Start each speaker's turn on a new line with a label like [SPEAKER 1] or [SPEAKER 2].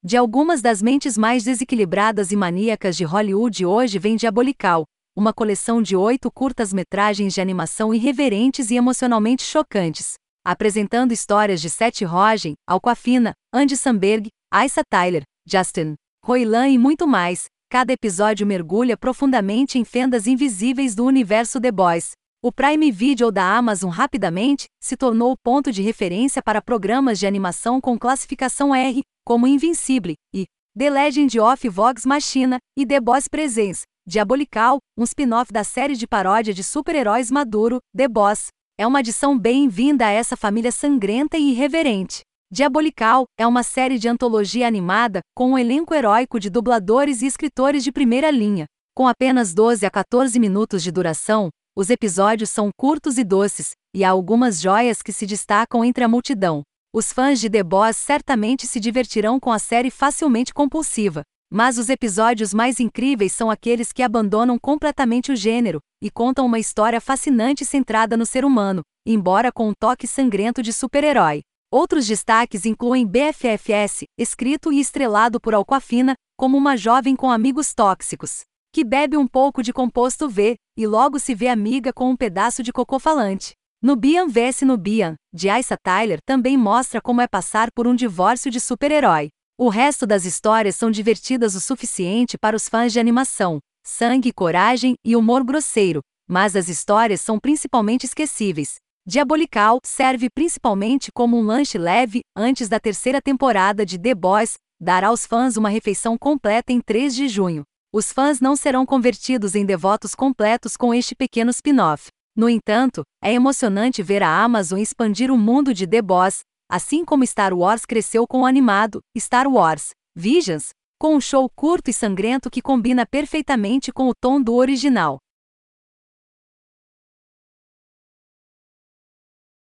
[SPEAKER 1] De algumas das mentes mais desequilibradas e maníacas de Hollywood hoje vem Diabolical, uma coleção de 8 curtas-metragens de animação irreverentes e emocionalmente chocantes, apresentando histórias de Seth Rogen, Awkwafina, Andy Samberg, Asa Tyler, Justin Roiland e muito mais. Cada episódio mergulha profundamente em fendas invisíveis do universo The Boys. O Prime Video da Amazon rapidamente se tornou o ponto de referência para programas de animação com classificação R, como Invincible e The Legend of Vox Machina e The Boys Presents. Diabolical, um spin-off da série de paródia de super-heróis maduro, The Boys, é uma adição bem-vinda a essa família sangrenta e irreverente. Diabolical é uma série de antologia animada com um elenco heróico de dubladores e escritores de primeira linha. Com apenas 12 a 14 minutos de duração, os episódios são curtos e doces, e há algumas joias que se destacam entre a multidão. Os fãs de The Boys certamente se divertirão com a série facilmente compulsiva. Mas os episódios mais incríveis são aqueles que abandonam completamente o gênero e contam uma história fascinante centrada no ser humano, embora com um toque sangrento de super-herói. Outros destaques incluem BFFS, escrito e estrelado por Awkwafina, como uma jovem com amigos tóxicos, que bebe um pouco de composto V, e logo se vê amiga com um pedaço de cocô falante. Nubian vs Nubian, de Asa Tyler, também mostra como é passar por um divórcio de super-herói. O resto das histórias são divertidas o suficiente para os fãs de animação, sangue, coragem e humor grosseiro, mas as histórias são principalmente esquecíveis. Diabolical serve principalmente como um lanche leve antes da terceira temporada de The Boys, dará aos fãs uma refeição completa em 3 de junho. Os fãs não serão convertidos em devotos completos com este pequeno spin-off. No entanto, é emocionante ver a Amazon expandir o mundo de The Boys, assim como Star Wars cresceu com o animado Star Wars Visions, com um show curto e sangrento que combina perfeitamente com o tom do original.